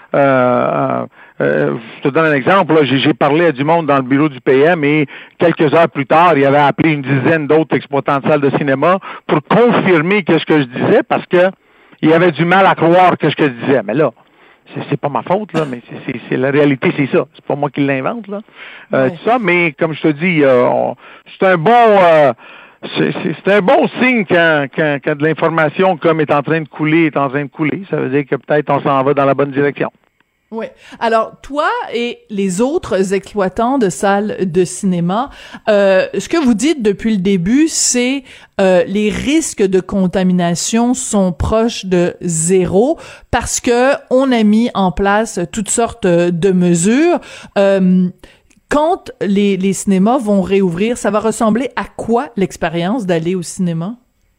Euh, euh, je te donne un exemple, là, j'ai, j'ai parlé à du monde dans le bureau du P M et quelques heures plus tard, il avait appelé une dizaine d'autres exploitants de salles de cinéma pour confirmer ce que je disais parce que il avait du mal à croire que ce que je disais. Mais là, c'est, c'est pas ma faute, là, mais c'est, c'est, c'est la réalité, c'est ça. C'est pas moi qui l'invente, là. Euh, ouais. Ça, mais comme je te dis, euh, on, c'est un bon euh, c'est, c'est, c'est un bon signe quand, quand, quand de l'information comme est en train de couler, est en train de couler. Ça veut dire que peut-être on s'en va dans la bonne direction. Oui. Alors, toi et les autres exploitants de salles de cinéma, euh, ce que vous dites depuis le début, c'est euh, les risques de contamination sont proches de zéro parce que on a mis en place toutes sortes de mesures. Euh, quand les, les cinémas vont réouvrir, ça va ressembler à quoi l'expérience d'aller au cinéma?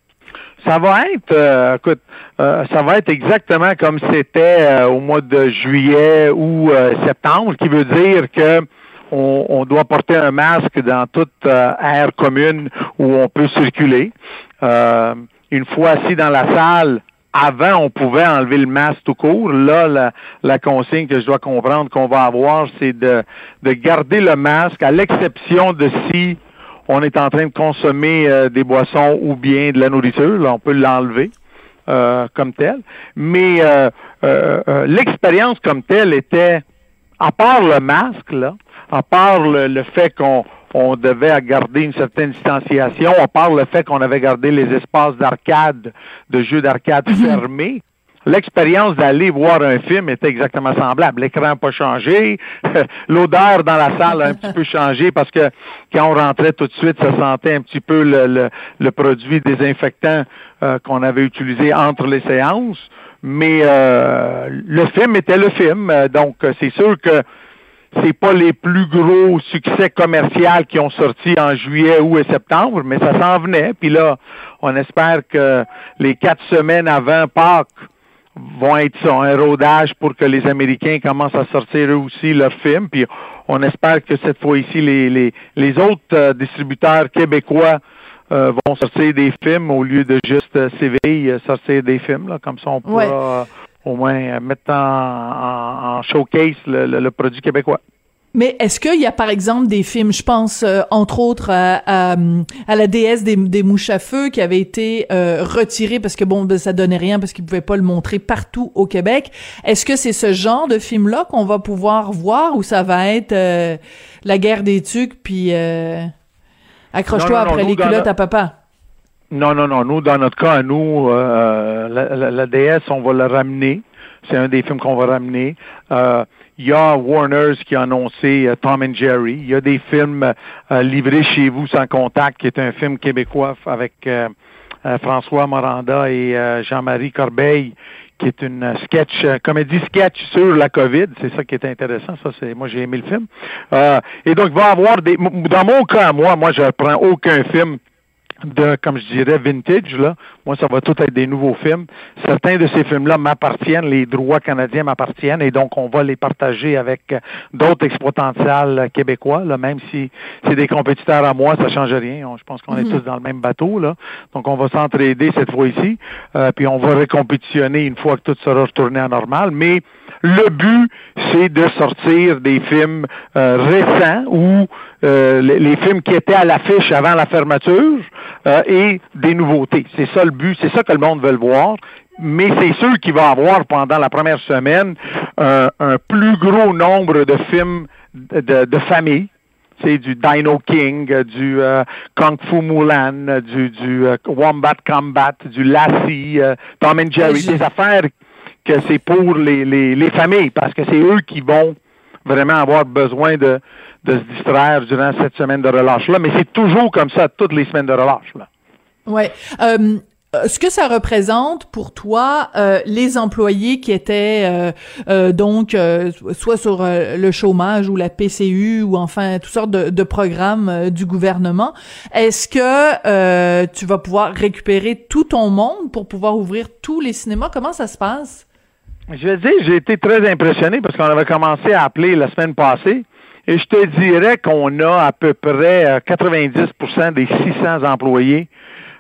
Ça va être, euh, écoute, euh, ça va être exactement comme c'était euh, au mois de juillet ou euh, septembre, qui veut dire que on, on doit porter un masque dans toute euh, aire commune où on peut circuler. Euh, une fois assis dans la salle, avant, on pouvait enlever le masque tout court. Là, la, la consigne que je dois comprendre qu'on va avoir, c'est de, de garder le masque, à l'exception de si on est en train de consommer euh, des boissons ou bien de la nourriture. Là, on peut l'enlever euh, comme tel. Mais euh, euh, euh, l'expérience comme telle était, à part le masque, là, à part le, le fait qu'on on devait garder une certaine distanciation, à part le fait qu'on avait gardé les espaces d'arcade, de jeux d'arcade fermés, l'expérience d'aller voir un film était exactement semblable. L'écran n'a pas changé, l'odeur dans la salle a un petit peu changé parce que quand on rentrait tout de suite, ça sentait un petit peu le, le, le produit désinfectant euh, qu'on avait utilisé entre les séances. Mais euh, le film était le film, donc c'est sûr que c'est pas les plus gros succès commerciaux qui ont sorti en juillet, août et septembre, mais ça s'en venait. Puis là, on espère que les quatre semaines avant Pâques vont être ça, un rodage pour que les Américains commencent à sortir eux aussi leurs films. Puis on espère que cette fois-ci, les, les, les autres euh, distributeurs québécois euh, vont sortir des films au lieu de juste euh, Séville, euh, sortir des films. Là, comme ça, on pourra euh, au moins euh, mettre en, en, en showcase le, le, le produit québécois. Mais est-ce qu'il y a, par exemple, des films, je pense, euh, entre autres, à, à, à la déesse des, des mouches à feu, qui avait été euh, retiré parce que, bon, ben, ça donnait rien, parce qu'ils pouvaient pas le montrer partout au Québec. Est-ce que c'est ce genre de film-là qu'on va pouvoir voir, ou ça va être euh, la guerre des tucs, puis euh, accroche-toi non, non, après non, les culottes la... à papa? Non, non, non. Nous, dans notre cas, nous, euh, la, la, la déesse, on va la ramener. C'est un des films qu'on va ramener. Euh, Il y a Warner's qui a annoncé uh, Tom and Jerry. Il y a des films uh, livrés chez vous sans contact, qui est un film québécois avec uh, uh, François Moranda et uh, Jean-Marie Corbeil, qui est une uh, sketch, uh, comédie sketch sur la COVID. C'est ça qui est intéressant. Ça, c'est moi j'ai aimé le film. Uh, et donc il va y avoir des. Dans mon cas, moi, moi je prends aucun film de, comme je dirais, vintage, là. Moi, ça va tout être des nouveaux films. Certains de ces films-là m'appartiennent, les droits canadiens m'appartiennent, et donc on va les partager avec d'autres exploitants de salles québécois, là, même si c'est des compétiteurs à moi, ça change rien. On, je pense qu'on mm-hmm. est tous dans le même bateau, là. Donc, on va s'entraider cette fois-ci, euh, puis on va récompétitionner une fois que tout sera retourné à normal, mais le but, c'est de sortir des films euh, récents ou euh, les, les films qui étaient à l'affiche avant la fermeture euh, et des nouveautés. C'est ça le but, c'est ça que le monde veut le voir. Mais c'est sûr qu'il va y avoir pendant la première semaine euh, un plus gros nombre de films de, de, de famille. C'est du Dino King, du euh, Kung Fu Mulan, du, du euh, Wombat Combat, du Lassie, euh, Tom and Jerry, des affaires que c'est pour les, les, les familles, parce que c'est eux qui vont vraiment avoir besoin de, de se distraire durant cette semaine de relâche-là. Mais c'est toujours comme ça, toutes les semaines de relâche-là. Oui. Euh, ce que ça représente pour toi, euh, les employés qui étaient euh, euh, donc euh, soit sur euh, le chômage ou la P C U ou enfin toutes sortes de, de programmes euh, du gouvernement, est-ce que euh, tu vas pouvoir récupérer tout ton monde pour pouvoir ouvrir tous les cinémas? Comment ça se passe? Je vais dire, j'ai été très impressionné parce qu'on avait commencé à appeler la semaine passée et je te dirais qu'on a à peu près quatre-vingt-dix pour cent des six cents employés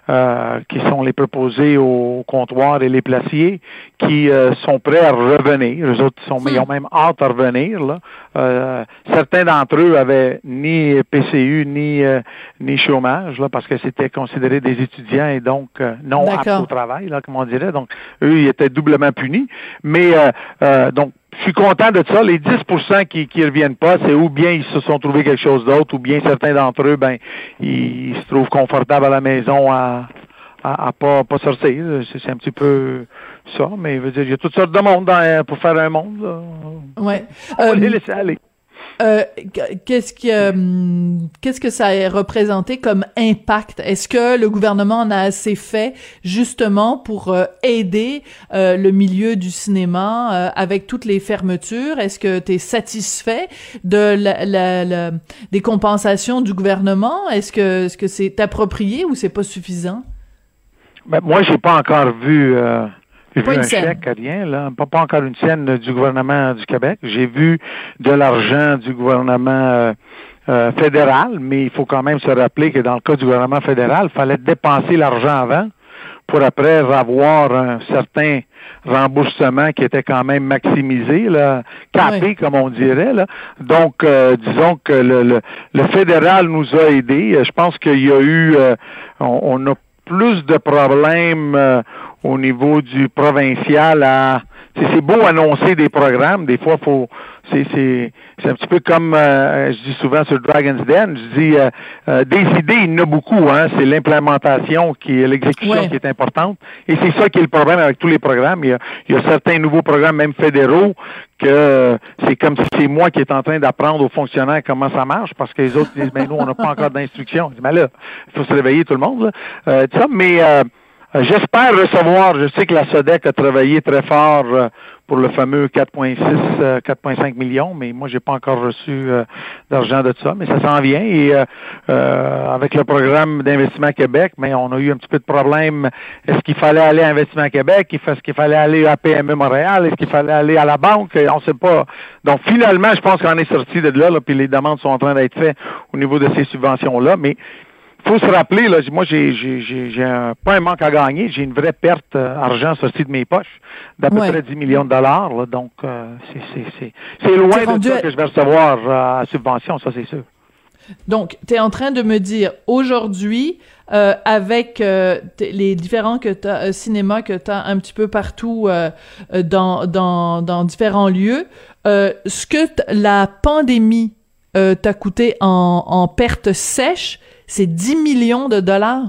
euh, qui sont les préposés au comptoir et les placiers, qui euh, sont prêts à revenir. Eux autres, sont, ils ont même hâte à revenir. Là. Euh, certains d'entre eux avaient ni P C U, ni, euh, ni chômage, là, parce que c'était considéré des étudiants et donc euh, non aptes au travail, là, comme on dirait. Donc, eux, ils étaient doublement punis. Mais, euh, euh, donc, je suis content de ça. Les dix pour cent qui qui reviennent pas, c'est ou bien ils se sont trouvés quelque chose d'autre, ou bien certains d'entre eux, ben, ils, ils se trouvent confortables à la maison à à, à pas pas sortir. C'est, c'est un petit peu ça, mais je veux dire, il y a toutes sortes de monde dans, pour faire un monde. Là. Ouais. On va euh, les laisser aller. Euh, qu'est-ce que euh, qu'est-ce que ça a représenté comme impact? Est-ce que le gouvernement en a assez fait justement pour euh, aider euh, le milieu du cinéma euh, avec toutes les fermetures? Est-ce que tu es satisfait de la, la, la, des compensations du gouvernement? Est-ce que est-ce que c'est approprié ou c'est pas suffisant? Ben, moi, j'ai pas encore vu euh... J'ai pas vu un scène. chèque, rien, là. Pas, pas encore une scène du gouvernement du Québec. J'ai vu de l'argent du gouvernement euh, euh, fédéral, mais il faut quand même se rappeler que dans le cas du gouvernement fédéral, il fallait dépenser l'argent avant pour après avoir un certain remboursement qui était quand même maximisé, là, capé, oui. comme on dirait. Là. Donc, euh, disons que le, le, le fédéral nous a aidés. Je pense qu'il y a eu, euh, on, on a plus de problèmes euh, au niveau du provincial à c'est, c'est beau annoncer des programmes, des fois faut c'est c'est c'est un petit peu comme euh, je dis souvent sur Dragon's Den, je dis euh, euh, des idées, il y en a beaucoup, hein, c'est l'implémentation qui est l'exécution ouais. qui est importante et c'est ça qui est le problème avec tous les programmes. Il y a, il y a certains nouveaux programmes même fédéraux que euh, c'est comme si c'est moi qui est en train d'apprendre aux fonctionnaires comment ça marche parce que les autres disent ben nous on n'a pas encore d'instruction. Je dis mais là, il faut se réveiller tout le monde là. Euh, ça, mais euh, j'espère recevoir, je sais que la S O D E C a travaillé très fort euh, pour le fameux quatre virgule six, euh, quatre virgule cinq millions, mais moi, j'ai pas encore reçu euh, d'argent de ça, mais ça s'en vient. Et euh, euh, avec le programme d'Investissement Québec, mais on a eu un petit peu de problème. Est-ce qu'il fallait aller à Investissement Québec? Est-ce qu'il fallait aller à P M E Montréal? Est-ce qu'il fallait aller à la banque? On sait pas. Donc, finalement, je pense qu'on est sorti de là, là, puis les demandes sont en train d'être faites au niveau de ces subventions-là, mais il faut se rappeler, là, moi, j'ai, j'ai, j'ai, j'ai un, pas un manque à gagner, j'ai une vraie perte euh, argent sorti de mes poches d'à peu ouais. près dix millions de dollars. Là, donc, euh, c'est, c'est, c'est, c'est loin c'est de ça à... que je vais recevoir euh, à subvention, ça, c'est sûr. Donc, tu es en train de me dire, aujourd'hui, euh, avec euh, les différents que t'as, euh, cinémas que tu as un petit peu partout euh, dans, dans, dans différents lieux, euh, ce que t- la pandémie euh, t'a coûté en, en perte sèche, c'est dix millions de dollars.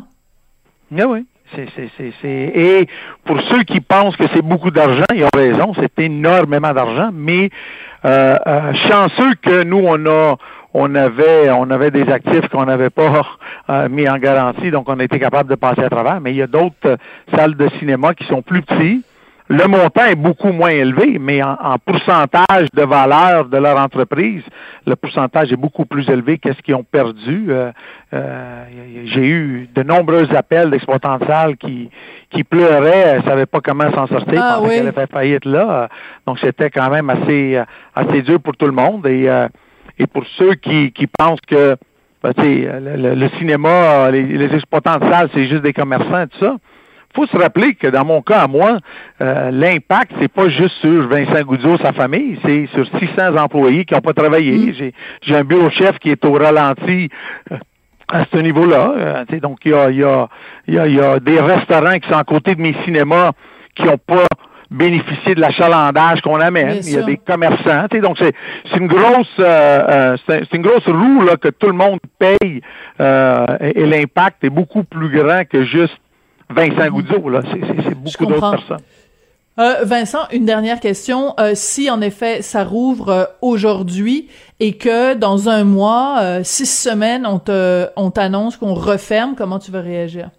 Ah oui, c'est, c'est, c'est, c'est... Et pour ceux qui pensent que c'est beaucoup d'argent, ils ont raison, c'est énormément d'argent, mais euh, euh, chanceux que nous, on a on avait on avait des actifs qu'on n'avait pas euh, mis en garantie, donc on a été capable de passer à travers, mais il y a d'autres euh, salles de cinéma qui sont plus petites. Le montant est beaucoup moins élevé, mais en, en pourcentage de valeur de leur entreprise, le pourcentage est beaucoup plus élevé qu'est-ce qu'ils ont perdu. Euh, euh, j'ai eu de nombreux appels d'exploitants de salles qui qui pleuraient, ne savaient pas comment s'en sortir, ah, pensaient oui. qu'elle avait faillite là. Donc c'était quand même assez assez dur pour tout le monde et euh, et pour ceux qui qui pensent que ben, tu sais, le, le, le cinéma, les, les exploitants de salles, c'est juste des commerçants et tout ça. Il faut se rappeler que dans mon cas, à moi, euh, l'impact, c'est pas juste sur Vincent Goudzot, sa famille, c'est sur six cents employés qui n'ont pas travaillé. Mmh. J'ai, j'ai un bureau chef qui est au ralenti euh, à ce niveau-là. Euh, donc, il y a, y, a, y, a, y a des restaurants qui sont à côté de mes cinémas qui n'ont pas bénéficié de l'achalandage qu'on amène. Il y a des commerçants. Donc, c'est, c'est une grosse euh, euh, c'est, c'est une grosse roue là, que tout le monde paye euh, et, et l'impact est beaucoup plus grand que juste Vincent Goudzot, là, c'est, c'est, c'est beaucoup d'autres personnes. Euh, Vincent, une dernière question. Euh, si, en effet, ça rouvre euh, aujourd'hui et que dans un mois, euh, six semaines, on, te, on t'annonce qu'on referme, comment tu vas réagir?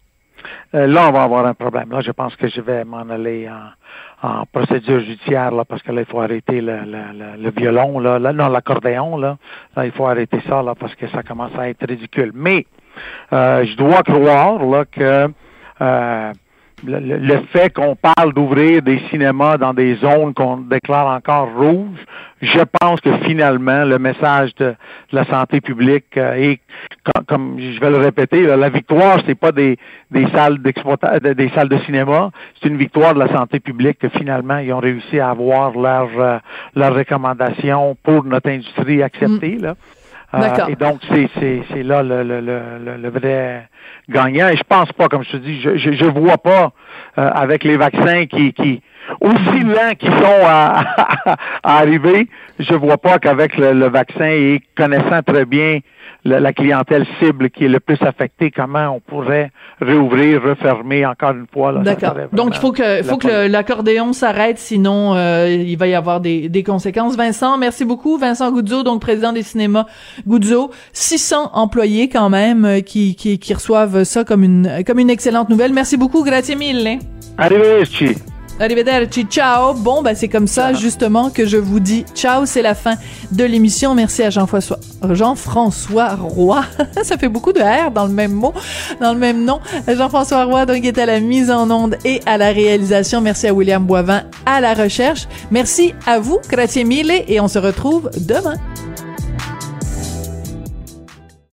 Euh, là, on va avoir un problème. Là, je pense que je vais m'en aller en, en procédure judiciaire, là, parce que là, il faut arrêter le, le, le, le violon, là, là, non, l'accordéon, là. Là, il faut arrêter ça, là, parce que ça commence à être ridicule. Mais, euh, je dois croire, là, que Euh, le, le fait qu'on parle d'ouvrir des cinémas dans des zones qu'on déclare encore rouges, je pense que finalement, le message de, de la santé publique euh, est, comme, comme je vais le répéter, là, la victoire, c'est pas des, des salles d'exploitation, des salles de cinéma, c'est une victoire de la santé publique que finalement, ils ont réussi à avoir leurs euh, leurs recommandations pour notre industrie acceptée, mmh. là. Euh, et donc, c'est, c'est, c'est là le, le, le, le vrai gagnant. Et je pense pas, comme je te dis, je, je, je vois pas euh, avec les vaccins qui, qui aussi lents qu'ils sont à, à, à arriver, je vois pas qu'avec le, le vaccin et connaissant très bien la, la clientèle cible qui est le plus affectée, comment on pourrait réouvrir, refermer encore une fois. Là, d'accord. Donc, il faut que, il faut que le, l'accordéon s'arrête, sinon euh, il va y avoir des, des conséquences. Vincent, merci beaucoup. Vincent Guzzo, donc président des cinémas Guzzo. six cents employés quand même euh, qui, qui, qui reçoivent ça comme une, comme une excellente nouvelle. Merci beaucoup. Grazie mille. Arrivederci. Arrivederci, ciao. Bon, ben c'est comme ça ciao. Justement que je vous dis ciao, c'est la fin de l'émission. Merci à Jean-François, Jean-François Roy. Ça fait beaucoup de R dans le même mot, dans le même nom. Jean-François Roy, donc, est à la mise en onde et à la réalisation. Merci à William Boivin à la recherche. Merci à vous, grazie mille, et on se retrouve demain.